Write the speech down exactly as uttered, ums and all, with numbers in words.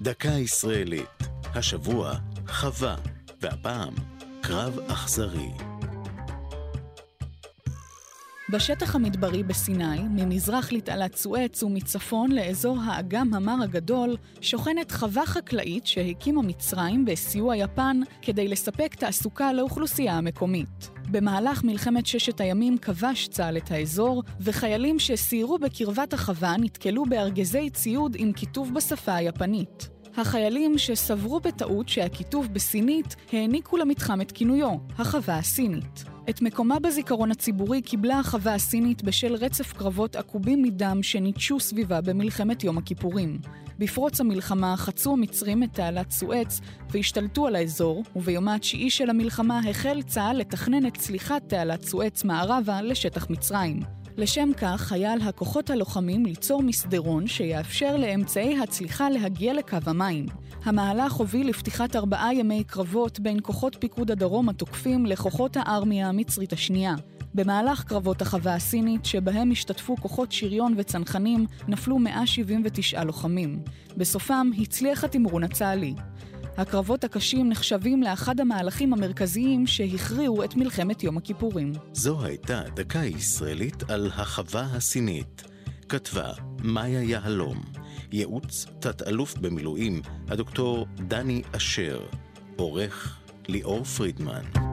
דקה ישראלית. השבוע חווה, והפעם קרב אכזרי. בשטח המדברי בסיני, ממזרח לתעלת סואץ ומצפון לאזור האגם המר הגדול, שוכנת חווה חקלאית שהקימה מצרים בסיוע יפן כדי לספק תעסוקה לאוכלוסייה המקומית. במהלך מלחמת ששת הימים כבש צה"ל את האזור, וחיילים שסיירו בקרבת החווה נתקלו בארגזי ציוד עם כיתוב בשפה היפנית. החיילים שסברו בטעות שהכיתוב בסינית העניקו למתחם את כינויו, החווה הסינית. את מקומה בזיכרון הציבורי קיבלה החווה הסינית בשל רצף קרבות עקובים מדם שניטשו סביבה במלחמת יום הכיפורים. בפרוץ המלחמה חצו המצרים את תעלת סואץ והשתלטו על האזור, וביומה התשיעי של המלחמה החל צה"ל לתכנן את צליחת תעלת סואץ מערבה לשטח מצרים. לשם כך חייל הכוחות הלוחמים ליצור מסדרון שיאפשר לאמצעי הצליחה להגיע לקו המים. המהלך הוביל לפתיחת ארבעה ימי קרבות בין כוחות פיקוד הדרום התוקפים לכוחות הארמיה המצרית השנייה. במהלך קרבות החווה הסינית, שבהם השתתפו כוחות שריון וצנחנים, נפלו מאה שבעים ותשעה לוחמים. בסופם הצליח התמרון הצה"לי. הקרבות הקשים נחשבים לאחד המהלכים המרכזיים שהכריעו את מלחמת יום הכיפורים. זו הייתה דקה ישראלית על החווה הסינית. כתבה מאיה יהלום. ייעוץ תת-אלוף במילואים הדוקטור דני אשר. עורך ליאור פרידמן.